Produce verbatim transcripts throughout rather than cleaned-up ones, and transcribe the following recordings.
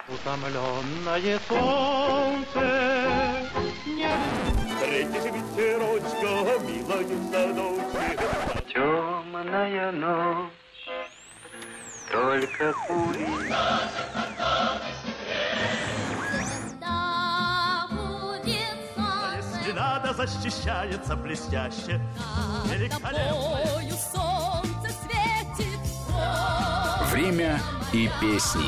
Утомленное солнце не... Встретишь ветерочка, милая в садочке. Темная ночь, только пули. Если надо, защищается блестяще. Великолепное солнце светит. Время и песни.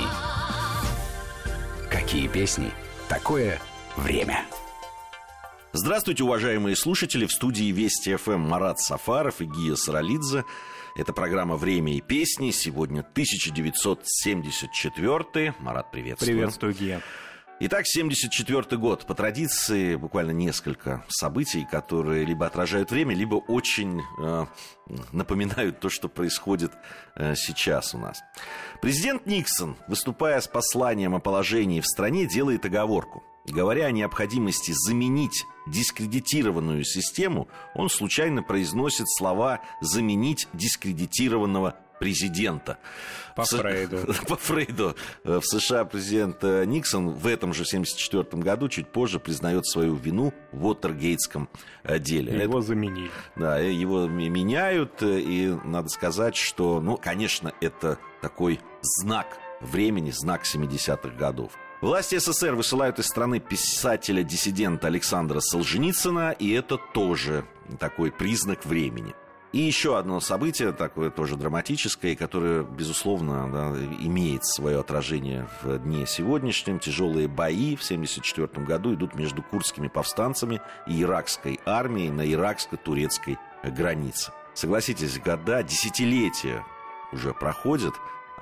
Какие песни, такое время. Здравствуйте, уважаемые слушатели. В студии Вести ФМ Марат Сафаров и Гия Саралидзе. Это программа «Время и песни». Сегодня тысяча девятьсот семьдесят четвёртый. Марат, приветствую. Приветствую, Гия. Итак, семьдесят четвёртый год. По традиции, буквально несколько событий, которые либо отражают время, либо очень э, напоминают то, что происходит э, сейчас у нас. Президент Никсон, выступая с посланием о положении в стране, делает оговорку. Говоря о необходимости заменить дискредитированную систему, он случайно произносит слова «заменить дискредитированного президента». По Фрейду. По Фрейду. В США президент Никсон в этом же семьдесят четвёртом году, чуть позже, признает свою вину в Уотергейтском деле. Его это, заменили. Да, его меняют, и надо сказать, что, ну, конечно, это такой знак времени, знак семидесятых годов. Власти СССР высылают из страны писателя-диссидента Александра Солженицына, и это тоже такой признак времени. И еще одно событие, такое тоже драматическое, которое, безусловно, да, имеет свое отражение в дне сегодняшнем. Тяжелые бои в семьдесят четвёртом году идут между курдскими повстанцами и иракской армией на иракско-турецкой границе. Согласитесь, года, десятилетия уже проходят,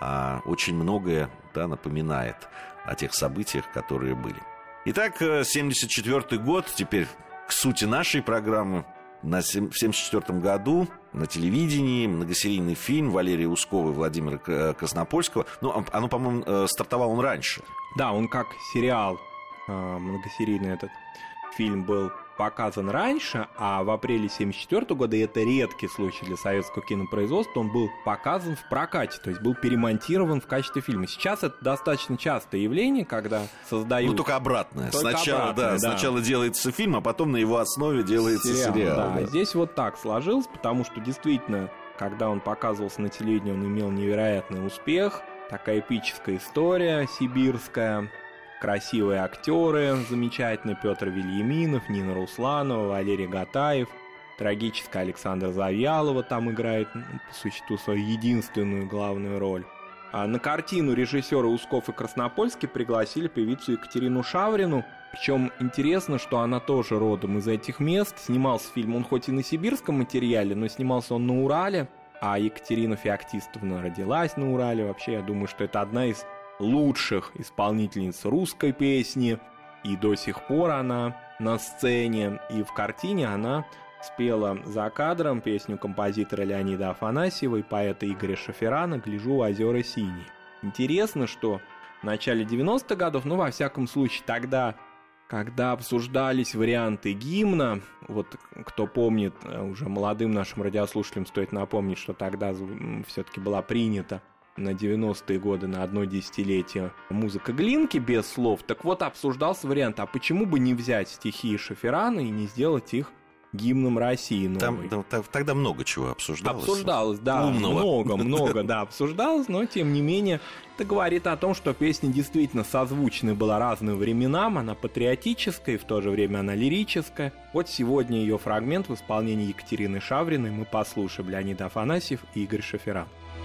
а очень многое, да, напоминает о тех событиях, которые были. Итак, семьдесят четвёртый год, теперь к сути нашей программы. В семьдесят четвёртом году на телевидении многосерийный фильм Валерия Ускова и Владимира Краснопольского. Ну, оно, по-моему, стартовал он раньше. Да, он как сериал многосерийный этот фильм был показан раньше, а в апреле семьдесят четвёртого года, и это редкий случай для советского кинопроизводства, он был показан в прокате, то есть был перемонтирован в качестве фильма. Сейчас это достаточно частое явление, когда создают... Ну, только обратное. Только сначала, обратное, да, да. Сначала делается фильм, а потом на его основе делается сериал. сериал да. Да. Здесь вот так сложилось, потому что действительно, когда он показывался на телевидении, он имел невероятный успех. Такая эпическая история сибирская. Красивые актеры, замечательный Петр Вильяминов, Нина Русланова, Валерий Гатаев, трагическая Александра Завьялова там играет, по существу, свою единственную главную роль. А на картину режиссеры Усков и Краснопольский пригласили певицу Екатерину Шаврину. Причем интересно, что она тоже родом из этих мест. Снимался фильм, он хоть и на сибирском материале, но снимался он на Урале. А Екатерина Феоктистовна родилась на Урале. Вообще, я думаю, что это одна из лучших исполнительниц русской песни, и до сих пор она на сцене, и в картине она спела за кадром песню композитора Леонида Афанасьева и поэта Игоря Шаферана «Гляжу в озера синие». Интересно, что в начале девяностых годов, ну, во всяком случае, тогда, когда обсуждались варианты гимна, вот кто помнит, уже молодым нашим радиослушателям стоит напомнить, что тогда все-таки была принята на девяностые годы, на одно десятилетие музыка Глинки без слов. Так вот, обсуждался вариант, а почему бы не взять стихи Шаферана и не сделать их гимном России новой? Там, там, там, тогда много чего обсуждалось. Обсуждалось, да, Умного. много, много, да, обсуждалось, но, тем не менее, это говорит о том, что песня действительно созвучна была разным временам, она патриотическая, и в то же время она лирическая. Вот сегодня ее фрагмент в исполнении Екатерины Шавриной мы послушаем. Леонид Афанасьев и Игорь Шаферан.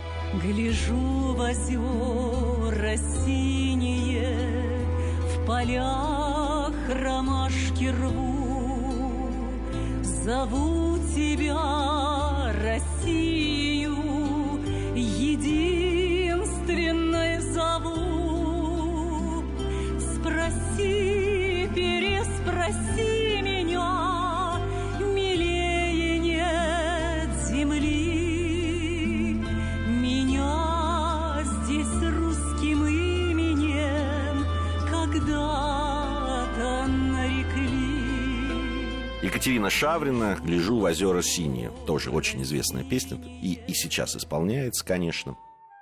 Гляжу в озера синие, в полях ромашки рву, зову тебя, Россию, единственной зову. Спроси, переспроси меня, милее нет земли. Екатерина Шаврина «Гляжу в озера синие». Тоже очень известная песня. И, и сейчас исполняется, конечно.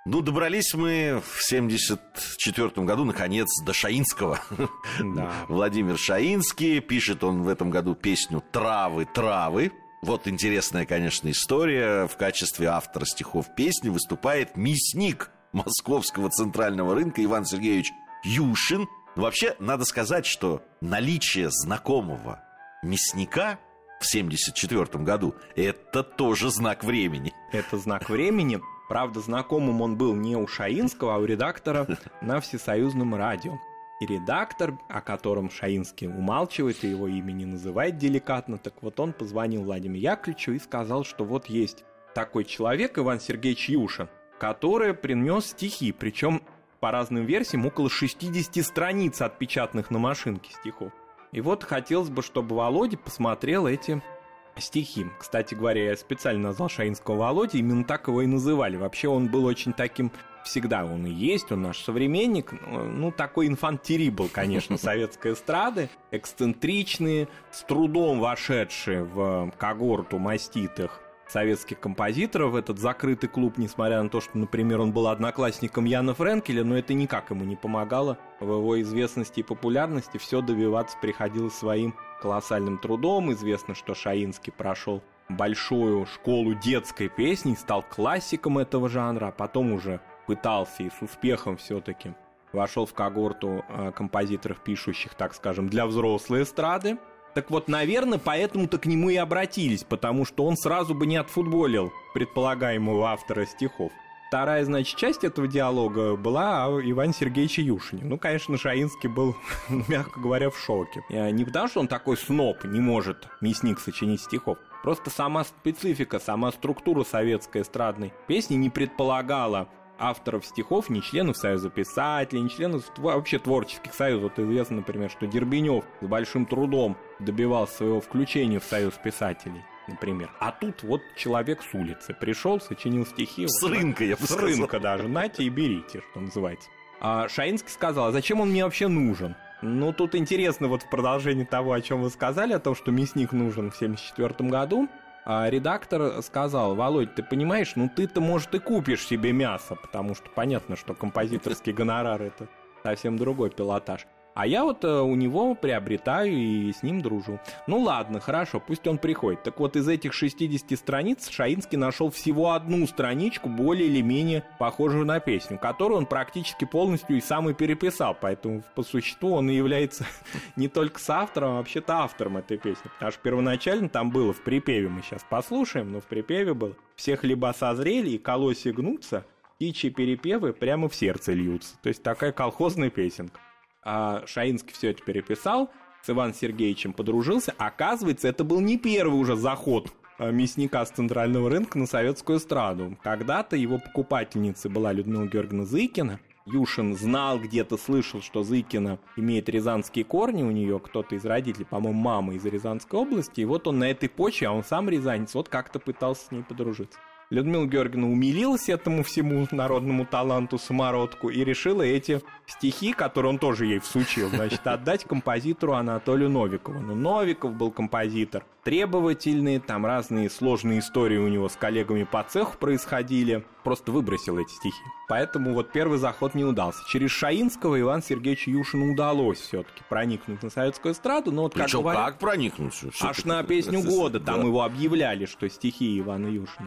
Ну, добрались мы в семьдесят четвёртом году, наконец, до Шаинского. Да. Владимир Шаинский, пишет он в этом году песню «Травы, травы». Вот интересная, конечно, история. В качестве автора стихов песни выступает мясник Московского центрального рынка Иван Сергеевич Юшин. Вообще, надо сказать, что наличие знакомого мясника в семьдесят четвёртом году – это тоже знак времени. Это знак времени. Правда, знакомым он был не у Шаинского, а у редактора на Всесоюзном радио. И редактор, о котором Шаинский умалчивает и его имя не называет деликатно, так вот он позвонил Владимиру Яковлевичу и сказал, что вот есть такой человек, Иван Сергеевич Юшин, который принес стихи, причем по разным версиям около шестидесяти страниц, отпечатанных на машинке стихов. И вот хотелось бы, чтобы Володя посмотрел эти стихи. Кстати говоря, я специально назвал Шаинского Володя, именно так его и называли. Вообще он был очень таким, всегда он и есть, он наш современник, ну, такой инфант-террибл, конечно, советской эстрады, эксцентричный, с трудом вошедший в когорту маститых советских композиторов в этот закрытый клуб, несмотря на то, что, например, он был одноклассником Яна Френкеля, но это никак ему не помогало в его известности и популярности, все добиваться приходилось своим колоссальным трудом. Известно, что Шаинский прошел большую школу детской песни, стал классиком этого жанра, а потом уже пытался и с успехом все-таки вошел в когорту композиторов, пишущих, так скажем, для взрослой эстрады. Так вот, наверное, поэтому-то к нему и обратились, потому что он сразу бы не отфутболил предполагаемого автора стихов. Вторая, значит, часть этого диалога была о Иване Сергеевиче Юшине. Ну, конечно, Шаинский был, мягко говоря, в шоке. Не потому, что он такой сноб, не может мясник сочинить стихов. Просто сама специфика, сама структура советской эстрадной песни не предполагала авторов стихов, ни членов Союза писателей, ни членов вообще творческих союзов. Вот известно, например, что Дербенев с большим трудом добивался своего включения в Союз писателей, например. А тут вот человек с улицы пришел, сочинил стихи. С вот, рынка, я бы С сказал. рынка даже. Нате и берите, что называется. А Шаинский сказал, а зачем он мне вообще нужен? Ну, тут интересно вот в продолжении того, о чем вы сказали, о том, что мясник нужен в семьдесят четвёртом году. А редактор сказал: Володь, ты понимаешь, ну ты-то, может, и купишь себе мясо, потому что понятно, что композиторский гонорар — это совсем другой пилотаж. А я вот у него приобретаю и с ним дружу. Ну ладно, хорошо, пусть он приходит. Так вот, из этих шестидесяти страниц Шаинский нашел всего одну страничку, более или менее похожую на песню, которую он практически полностью и сам и переписал. Поэтому по существу он и является не только соавтором, а вообще-то автором этой песни. Потому что первоначально там было в припеве, мы сейчас послушаем, но в припеве было: «Все хлеба созрели и колосья гнутся, птичьи перепевы прямо в сердце льются». То есть такая колхозная песенка. А Шаинский все это переписал, с Иваном Сергеевичем подружился. Оказывается, это был не первый уже заход мясника с центрального рынка на советскую эстраду. Когда-то его покупательницей была Людмила Георгиевна Зыкина. Юшин знал, где-то слышал, что Зыкина имеет рязанские корни, у нее кто-то из родителей, по-моему, мама из Рязанской области. И вот он на этой почве, а он сам рязанец, вот как-то пытался с ней подружиться. Людмила Георгиевна умилилась этому всему народному таланту, самородку, и решила эти стихи, которые он тоже ей всучил, значит, отдать композитору Анатолию Новикову. Но Новиков был композитор требовательный, там разные сложные истории у него с коллегами по цеху происходили. Просто выбросил эти стихи. Поэтому вот первый заход не удался. Через Шаинского Ивану Сергеевичу Юшину удалось все-таки проникнуть на советскую эстраду. Но вот, как Причем говорят, как проникнуть? аж на песню года там да. его объявляли, что стихи Ивана Юшина.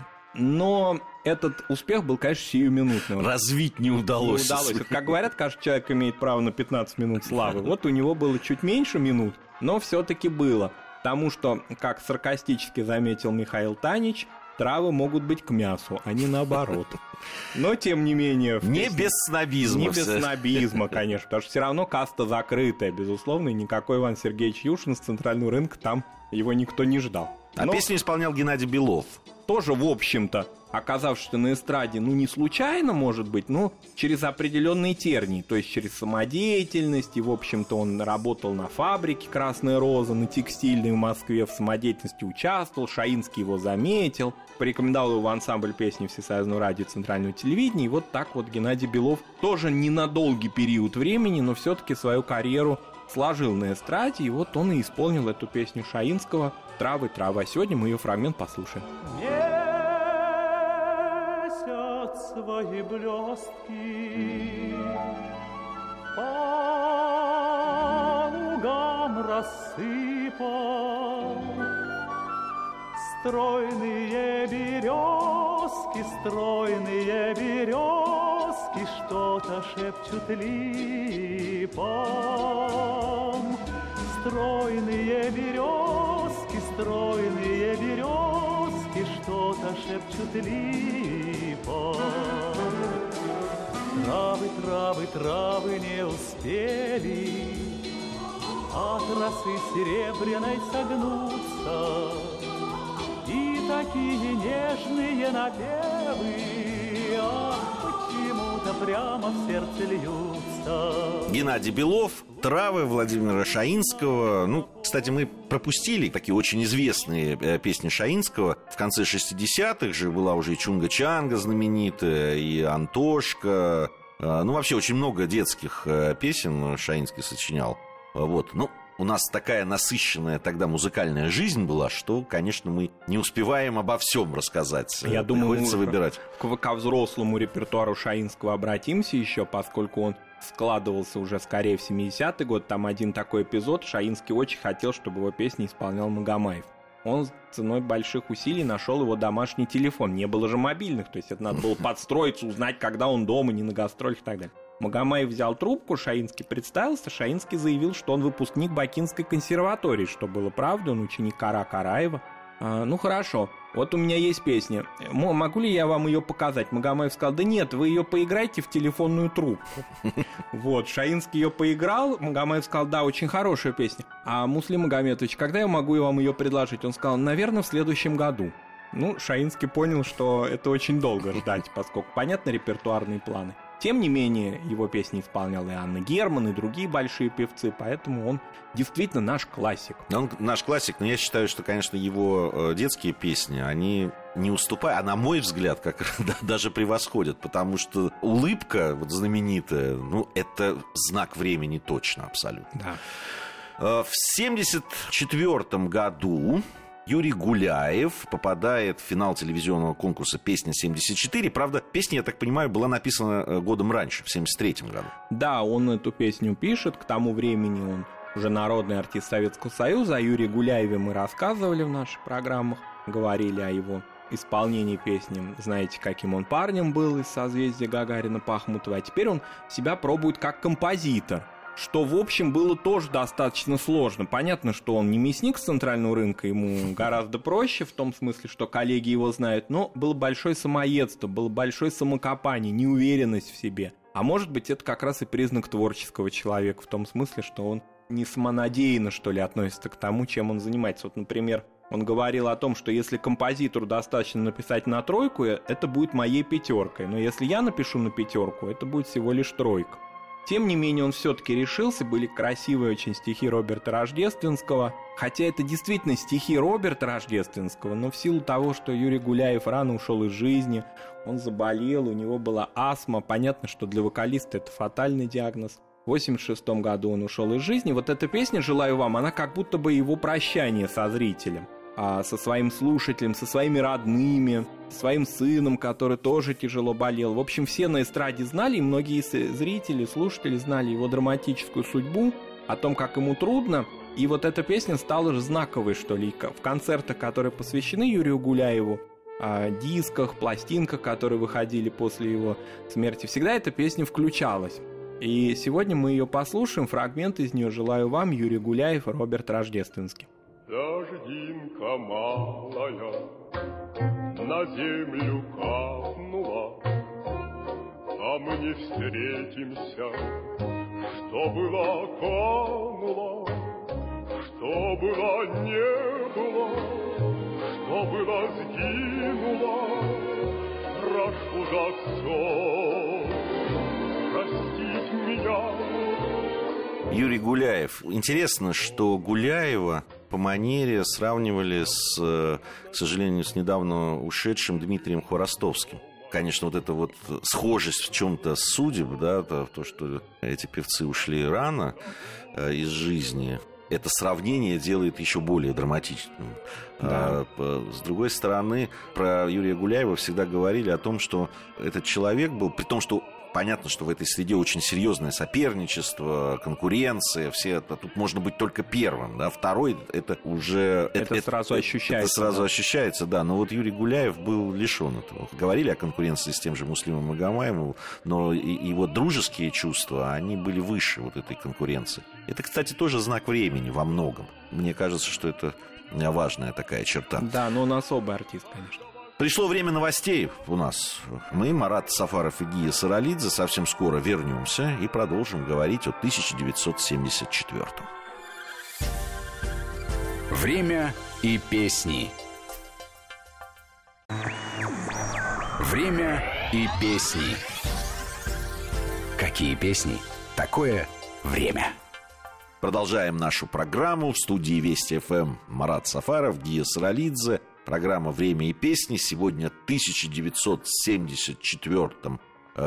Но этот успех был, конечно, сиюминутный. Развить не удалось. Не удалось. Вот, как говорят, каждый человек имеет право на пятнадцать минут славы. Вот у него было чуть меньше минут, но все-таки было. Потому что, как саркастически заметил Михаил Танич, травы могут быть к мясу, а не наоборот. Но, тем не менее... Не песне... без снобизма. Не без снобизма, конечно, потому что все равно каста закрытая, безусловно, и никакой Иван Сергеевич Юшин с центрального рынка там его никто не ждал. А Но... песню исполнял Геннадий Белов. Тоже, в общем-то, оказавшись на эстраде, ну, не случайно, может быть, но через определенные тернии, то есть через самодеятельность, и, в общем-то, он работал на фабрике «Красная роза», на текстильной в Москве, в самодеятельности участвовал, Шаинский его заметил, порекомендовал его в ансамбль песни Всесоюзного радио и Центрального телевидения, и вот так вот Геннадий Белов тоже не на долгий период времени, но все-таки свою карьеру сложил на эстраде, и вот он и исполнил эту песню Шаинского «Травы, травы». А сегодня мы ее фрагмент послушаем. Месяц свои блестки по лугам рассыпал. Стройные березки, стройные березки что-то шепчут липам. Стройные березки, стройные березки что-то шепчут липам. Травы, травы, травы не успели от росы серебряной согнуться, и такие нежные напевы, ах, почему-то прямо в сердце льются. Геннадий Белов, «Травы» Владимира Шаинского. Ну, кстати, мы пропустили такие очень известные песни Шаинского. В конце шестидесятых же была уже и Чунга-Чанга знаменитая, и Антошка. Ну, вообще, очень много детских песен Шаинский сочинял. Вот, ну, у нас такая насыщенная тогда музыкальная жизнь была, что, конечно, мы не успеваем обо всем рассказать. Я думаю, приходится выбирать. Ко взрослому репертуару Шаинского обратимся еще, поскольку он складывался уже скорее в семидесятый год. Там один такой эпизод. Шаинский очень хотел, чтобы его песни исполнял Магомаев. Он ценой больших усилий нашел его домашний телефон. Не было же мобильных, то есть это надо было подстроиться, узнать, когда он дома, не на гастролях и так далее. Магомаев взял трубку, Шаинский представился, Шаинский заявил, что он выпускник Бакинской консерватории, что было правда, он ученик Кара Караева. А, ну хорошо, вот у меня есть песня, могу ли я вам ее показать? Магомаев сказал, да нет, вы ее поиграйте в телефонную трубку. Вот, Шаинский ее поиграл, Магомаев сказал, да, очень хорошая песня. А Муслим Магомедович, когда я могу вам ее предложить? Он сказал, наверное, в следующем году. Ну, Шаинский понял, что это очень долго ждать, поскольку, понятно, репертуарные планы. Тем не менее, его песни исполняла и Анна Герман, и другие большие певцы, поэтому он действительно наш классик. Он наш классик, но я считаю, что, конечно, его детские песни, они не уступают, а на мой взгляд, как даже превосходят, потому что улыбка вот знаменитая, ну, это знак времени точно, абсолютно. Да. В семьдесят четвёртом году Юрий Гуляев попадает в финал телевизионного конкурса «Песня семьдесят четыре». Правда, песня, я так понимаю, была написана годом раньше, в семьдесят третьем году. Да, он эту песню пишет. К тому времени он уже народный артист Советского Союза. О Юрии Гуляеве мы рассказывали в наших программах, говорили о его исполнении песни. Знаете, каким он парнем был из созвездия Гагарина-Пахмутова. А теперь он себя пробует как композитор, что, в общем, было тоже достаточно сложно. Понятно, что он не мясник с центрального рынка, ему гораздо проще, в том смысле, что коллеги его знают, но было большое самоедство, было большое самокопание, неуверенность в себе. А может быть, это как раз и признак творческого человека, в том смысле, что он не самонадеянно, что ли, относится к тому, чем он занимается. Вот, например, он говорил о том, что если композитору достаточно написать на тройку, это будет моей пятеркой, но если я напишу на пятерку, это будет всего лишь тройка. Тем не менее, он все-таки решился, были красивые очень стихи Роберта Рождественского. Хотя это действительно стихи Роберта Рождественского, но в силу того, что Юрий Гуляев рано ушел из жизни, он заболел, у него была астма. Понятно, что для вокалиста это фатальный диагноз. В восемьдесят шестом году он ушел из жизни. Вот эта песня «Желаю вам», она как будто бы его прощание со зрителем, со своим слушателем, со своими родными, со своим сыном, который тоже тяжело болел. В общем, все на эстраде знали, и многие зрители, слушатели знали его драматическую судьбу, о том, как ему трудно. И вот эта песня стала же знаковой, что ли, в концертах, которые посвящены Юрию Гуляеву, дисках, пластинках, которые выходили после его смерти, всегда эта песня включалась. И сегодня мы ее послушаем, фрагмент из нее «Желаю вам», Юрий Гуляев, Роберт Рождественский. Дождинка малая на землю капнула, а мы не встретимся. Что было, кануло, что было, не было, что было, сгинуло. Прошу за все простить меня. Юрий Гуляев. Интересно, что Гуляева по манере сравнивали с, к сожалению, с недавно ушедшим Дмитрием Хворостовским. Конечно, вот эта вот схожесть в чем-то судеб, да, то, то, что эти певцы ушли рано э, из жизни, это сравнение делает еще более драматичным. Да. А, с другой стороны, про Юрия Гуляева всегда говорили о том, что этот человек был, при том, что понятно, что в этой среде очень серьезное соперничество, конкуренция, все это, тут можно быть только первым, да, второй это уже... Это, это сразу это, ощущается. Это сразу да. ощущается, да, но вот Юрий Гуляев был лишен этого. Говорили о конкуренции с тем же Муслимом Магомаевым, но и, и вот дружеские чувства, они были выше вот этой конкуренции. Это, кстати, тоже знак времени во многом. Мне кажется, что это важная такая черта. Да, но он особый артист, конечно. Пришло время новостей у нас. Мы, Марат Сафаров и Гия Саралидзе, совсем скоро вернемся и продолжим говорить о тысяча девятьсот семьдесят четвёртом. Время и песни. Время и песни. Какие песни? Такое время. Продолжаем нашу программу. В студии Вести ФМ Марат Сафаров, Гия Саралидзе. Программа «Время и песни». Сегодня тысяча девятьсот семьдесят четвёртом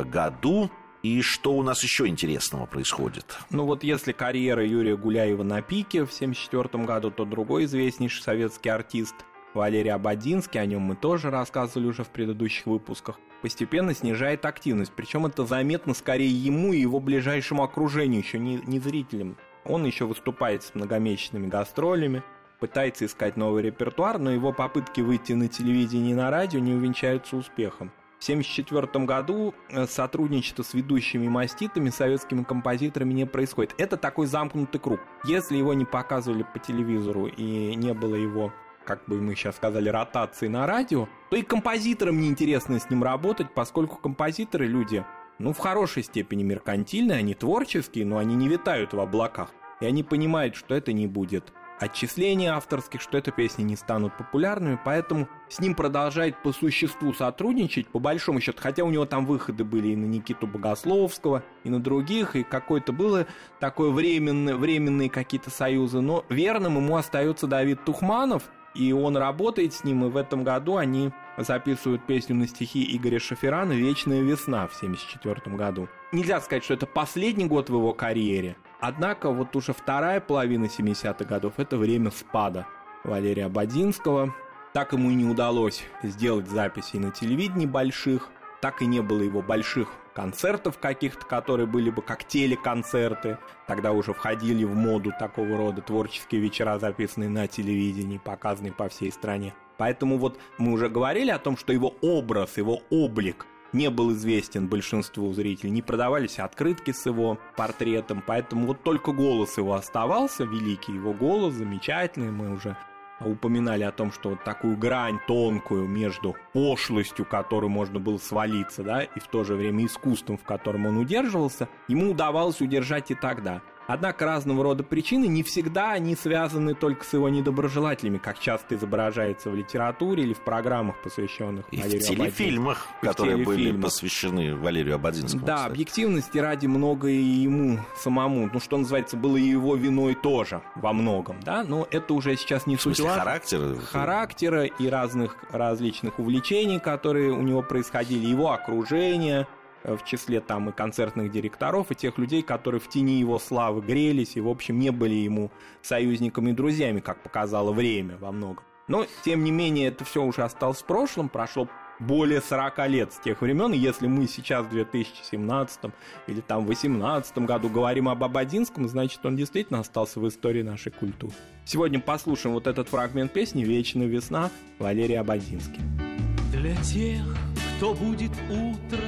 году. И что у нас еще интересного происходит? Ну вот если карьера Юрия Гуляева на пике в семьдесят четвёртом году, то другой известнейший советский артист Валерий Ободзинский, о нем мы тоже рассказывали уже в предыдущих выпусках, постепенно снижает активность. Причем это заметно скорее ему и его ближайшему окружению, еще не, не зрителям. Он еще выступает с многомесячными гастролями, пытается искать новый репертуар, но его попытки выйти на телевидение и на радио не увенчаются успехом. В семьдесят четвёртом году сотрудничество с ведущими маститами, советскими композиторами не происходит. Это такой замкнутый круг. Если его не показывали по телевизору и не было его, как бы мы сейчас сказали, ротации на радио, то и композиторам неинтересно с ним работать, поскольку композиторы люди, ну, в хорошей степени меркантильные, они творческие, но они не витают в облаках. И они понимают, что это не будет отчислений авторских, что эти песни не станут популярными, поэтому с ним продолжает по существу сотрудничать, по большому счету, хотя у него там выходы были и на Никиту Богословского, и на других, и какое-то было такое временное, временные какие-то союзы, но верным ему остается Давид Тухманов, и он работает с ним, и в этом году они записывают песню на стихи Игоря Шаферана «Вечная весна» в семьдесят четвёртом году. Нельзя сказать, что это последний год в его карьере, однако вот уже вторая половина семидесятых годов – это время спада Валерия Ободзинского. Так ему и не удалось сделать записей на телевидении больших, так и не было его больших концертов каких-то, которые были бы как телеконцерты. Тогда уже входили в моду такого рода творческие вечера, записанные на телевидении, показанные по всей стране. Поэтому вот мы уже говорили о том, что его образ, его облик не был известен большинству зрителей, не продавались открытки с его портретом, поэтому вот только голос его оставался, великий его голос, замечательный, мы уже упоминали о том, что вот такую грань тонкую между пошлостью, которую можно было свалиться, да, и в то же время искусством, в котором он удерживался, ему удавалось удержать и тогда. Однако разного рода причины не всегда они связаны только с его недоброжелателями, как часто изображается в литературе или в программах, посвященных и Валерию в телефильмах, и которые в телефильмах. были посвящены Валерию Ободзинскому. Да, кстати. Объективности ради многое и ему самому, ну что называется, было и его виной тоже во многом, да, но это уже сейчас не суть. В смысле, характера? Характера и разных различных увлечений, которые у него происходили, его окружение, в числе там и концертных директоров, и тех людей, которые в тени его славы грелись и, в общем, не были ему союзниками и друзьями, как показало время во многом. Но, тем не менее, это все уже осталось в прошлом, прошло более сорока лет с тех времен, и если мы сейчас в две тысячи семнадцатом или там восемнадцатом году говорим об Ободзинском, значит, он действительно остался в истории нашей культуры. Сегодня послушаем вот этот фрагмент песни «Вечная весна» Валерий Ободзинский. Для тех, кто будет утро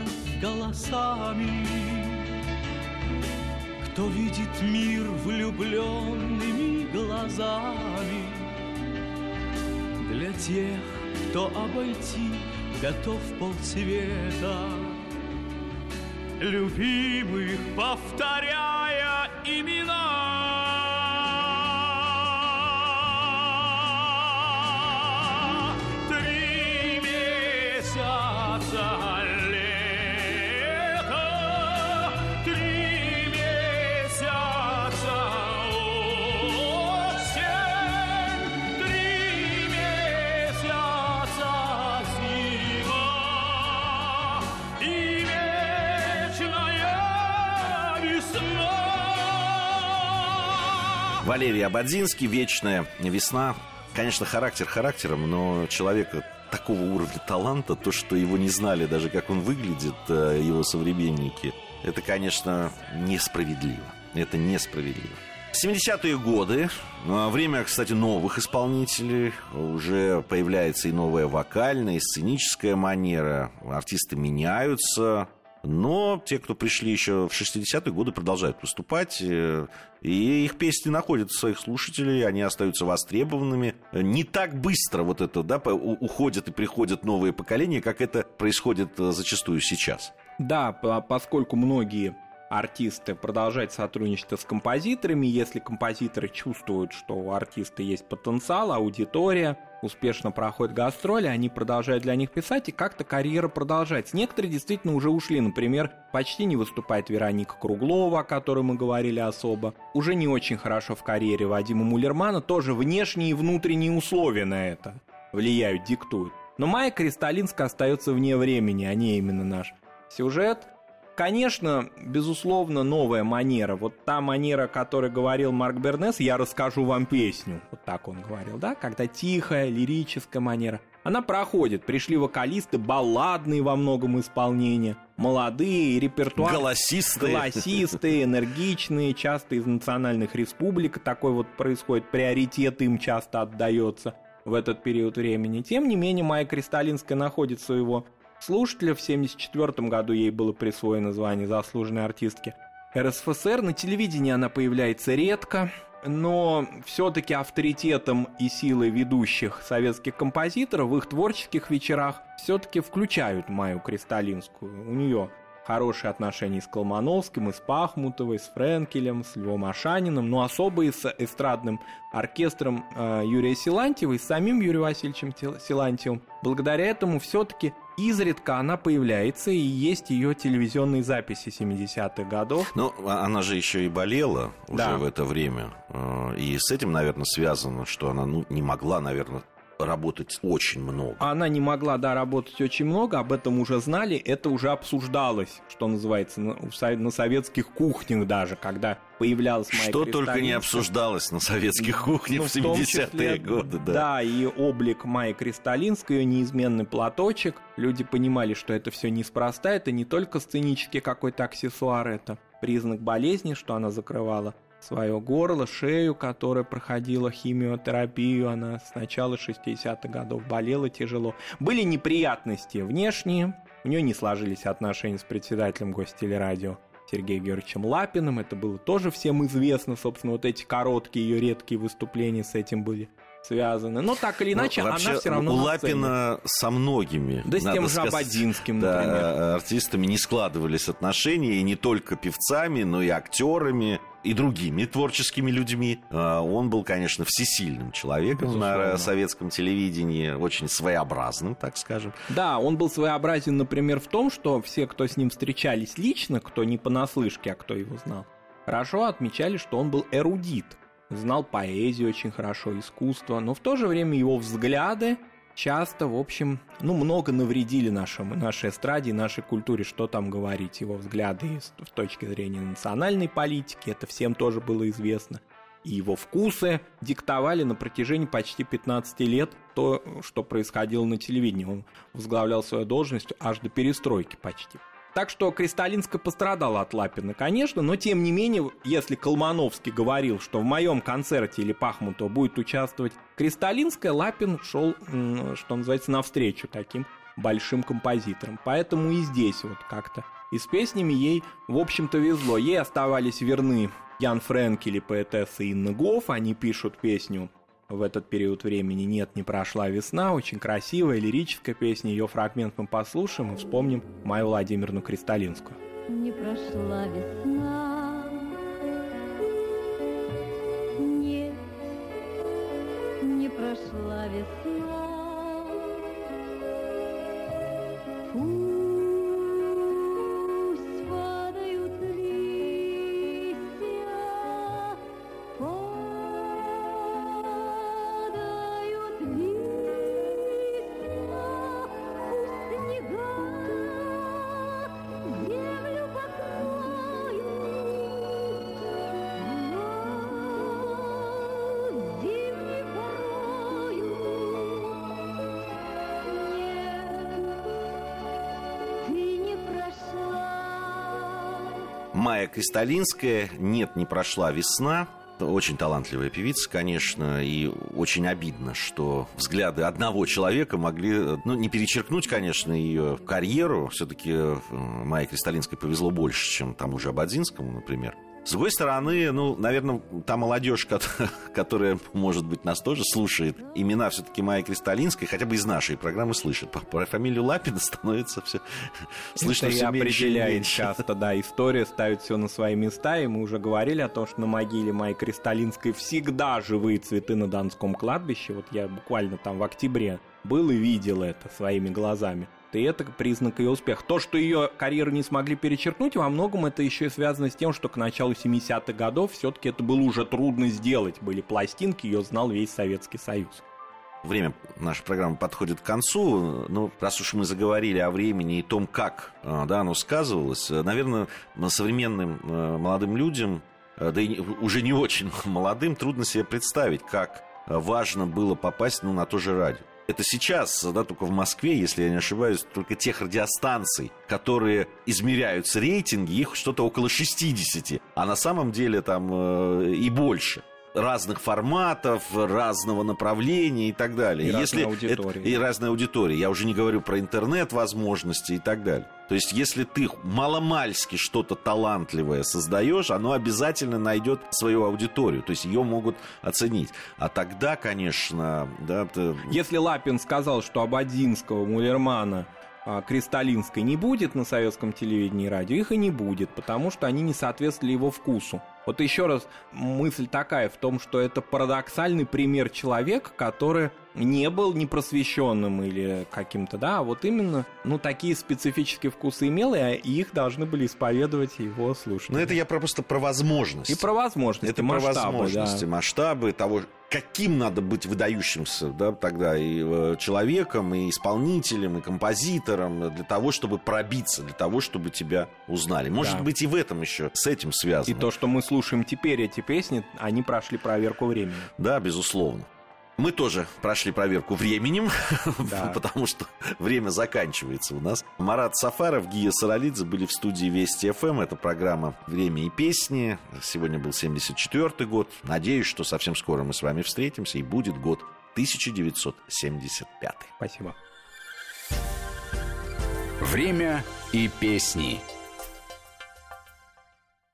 голосами, кто видит мир влюбленными глазами, для тех, кто обойти готов полцвета, любимых повторяя имена. Три месяца Валерий Ободзинский, «Вечная весна». Конечно, характер характером, но человека такого уровня таланта, то, что его не знали даже, как он выглядит, его современники, это, конечно, несправедливо. Это несправедливо. семидесятые годы, время, кстати, новых исполнителей, уже появляется и новая вокальная, и сценическая манера, артисты меняются, но те, кто пришли еще в шестидесятые годы, продолжают выступать, и их песни находят своих слушателей, они остаются востребованными. Не так быстро вот это, да, уходят и приходят новые поколения, как это происходит зачастую сейчас. Да, поскольку многие артисты продолжают сотрудничество с композиторами. Если композиторы чувствуют, что у артиста есть потенциал, аудитория, успешно проходят гастроли, они продолжают для них писать, и как-то карьера продолжается. Некоторые действительно уже ушли. Например, почти не выступает Вероника Круглова, о которой мы говорили особо. Уже не очень хорошо в карьере Вадима Муллермана. Тоже внешние и внутренние условия на это влияют, диктуют. Но Майя Кристалинская остается вне времени, а не именно наш сюжет. Конечно, безусловно, новая манера. Вот та манера, о которой говорил Марк Бернес, «Я расскажу вам песню». Вот так он говорил, да? Когда тихая, лирическая манера. Она проходит. Пришли вокалисты, балладные во многом исполнения, молодые, репертуар. Голосистые. Голосистые, энергичные, часто из национальных республик. Такой вот происходит, приоритет им часто отдается в этот период времени. Тем не менее, Майя Кристалинская находит своего слушателя. В семьдесят четвёртом году ей было присвоено звание заслуженной артистки эр эс эф эс эр. На телевидении она появляется редко, но все-таки авторитетом и силой ведущих советских композиторов в их творческих вечерах все-таки включают Майю Кристалинскую. У нее хорошие отношения с Колмановским, и с Пахмутовой, с Френкелем, с Львом Ашаниным, но особо и с эстрадным оркестром э, Юрия Силантьева и с самим Юрием Васильевичем Силантьевым. Благодаря этому все-таки изредка она появляется, и есть ее телевизионные записи семидесятых годов. Ну, она же еще и болела уже, да, в это время. И с этим, наверное, связано, что она ну, не могла, наверное, работать очень много. Она не могла, да, работать очень много, об этом уже знали, это уже обсуждалось, что называется, на, на советских кухнях даже, когда появлялась Майя Что Кристалинская. Только не обсуждалось на советских кухнях ну, в семидесятые годы. Да. да, и облик Майи Кристалинской, ее неизменный платочек. Люди понимали, что это все неспроста, это не только сценический какой-то аксессуар, это признак болезни, что она закрывала свое горло, шею, которая проходила химиотерапию. Она с начала шестидесятых годов болела тяжело. Были неприятности внешние. У нее не сложились отношения с председателем Гостелерадио Сергеем Георгиевичем Лапиным. Это было тоже всем известно. Собственно, вот эти короткие ее редкие выступления с этим были связаны. Но так или иначе, вообще, она все равно у Лапина со многими, да, с тем же Ободзинским, да, например, артистами не складывались отношения, и не только певцами, но и актерами, и другими творческими людьми. Он был, конечно, всесильным человеком, безусловно, на советском телевидении, очень своеобразным, так скажем. Да, он был своеобразен, например, в том, что все, кто с ним встречались лично, кто не понаслышке, а кто его знал, хорошо отмечали, что он был эрудит. Знал поэзию очень хорошо, искусство, но в то же время его взгляды часто, в общем, ну, много навредили нашему, нашей эстраде и нашей культуре, что там говорить. Его взгляды с точки зрения национальной политики, это всем тоже было известно. И его вкусы диктовали на протяжении почти пятнадцати лет то, что происходило на телевидении. Он возглавлял свою должность аж до перестройки почти. Так что Кристалинская пострадала от Лапина, конечно, но тем не менее, если Колмановский говорил, что в моем концерте или Пахмутова будет участвовать Кристалинская, Лапин шел, что называется, навстречу таким большим композиторам. Поэтому и здесь вот как-то и с песнями ей, в общем-то, везло. Ей оставались верны Ян Френкель и поэтесса Инна Гофф. Они пишут песню в этот период времени «Нет, не прошла весна». Очень красивая, лирическая песня. Ее фрагмент мы послушаем и вспомним Майю Владимировну Кристалинскую. Не прошла весна, нет, не прошла весна. Пусть падают листья, падают листья, пусть снега землю покроют, но Майя Кристалинская «Нет, не прошла весна». Очень талантливая певица, конечно, и очень обидно, что взгляды одного человека могли, ну, не перечеркнуть, конечно, ее карьеру. Все-таки Майе Кристалинской повезло больше, чем тому же Ободзинскому, например. С другой стороны, ну, наверное, та молодежь, которая, может быть, нас тоже слушает, имена все-таки Майи Кристалинской, хотя бы из нашей программы слышит. Про фамилию Лапина становится все слышно все меньше и меньше. Часто, да, история ставит все на свои места, и мы уже говорили о том, что на могиле Майи Кристалинской всегда живые цветы на Донском кладбище. Вот я буквально там в октябре был и видел это своими глазами. И это признак ее успеха. То, что ее карьеру не смогли перечеркнуть, во многом это еще и связано с тем, что к началу семидесятых годов все-таки это было уже трудно сделать. Были пластинки, ее знал весь Советский Союз. Время нашей программы подходит к концу. Ну, раз уж мы заговорили о времени и том, как, да, оно сказывалось, наверное, современным молодым людям, да и уже не очень молодым, трудно себе представить, как важно было попасть, ну, на то же радио. Это сейчас, да, только в Москве, если я не ошибаюсь, только тех радиостанций, которые измеряются рейтинги, их что-то около шестидесяти, а на самом деле там э, и больше. Разных форматов, разного направления и так далее. И если разная аудитория. Это, и разная аудитория. Я уже не говорю про интернет-возможности и так далее. То есть, если ты маломальски что-то талантливое создаешь, оно обязательно найдет свою аудиторию. То есть, ее могут оценить. А тогда, конечно... Да, ты... Если Лапин сказал, что Ободзинского, Мулермана, Кристалинской не будет на советском телевидении и радио, их и не будет, потому что они не соответствовали его вкусу. Вот еще раз, мысль такая в том, что это парадоксальный пример человека, который не был непросвещенным или каким-то, да, а вот именно, ну, такие специфические вкусы имел, и их должны были исповедовать его слушатели. Но это я просто про возможности. И про возможности, это масштабы, про возможности, да. масштабы того, каким надо быть выдающимся, да, тогда и человеком, и исполнителем, и композитором, для того, чтобы пробиться, для того, чтобы тебя узнали. Может Да. быть, и в этом еще с этим связано. И то, что мы слушаем теперь эти песни, они прошли проверку времени. Да, безусловно. Мы тоже прошли проверку временем, Да. потому что время заканчивается у нас. Марат Сафаров, Гия Саралидзе были в студии Вести эф эм. Это программа «Время и песни». Сегодня был семьдесят четвёртый год. Надеюсь, что совсем скоро мы с вами встретимся, и будет год тысяча девятьсот семьдесят пятый. Спасибо. Время и песни.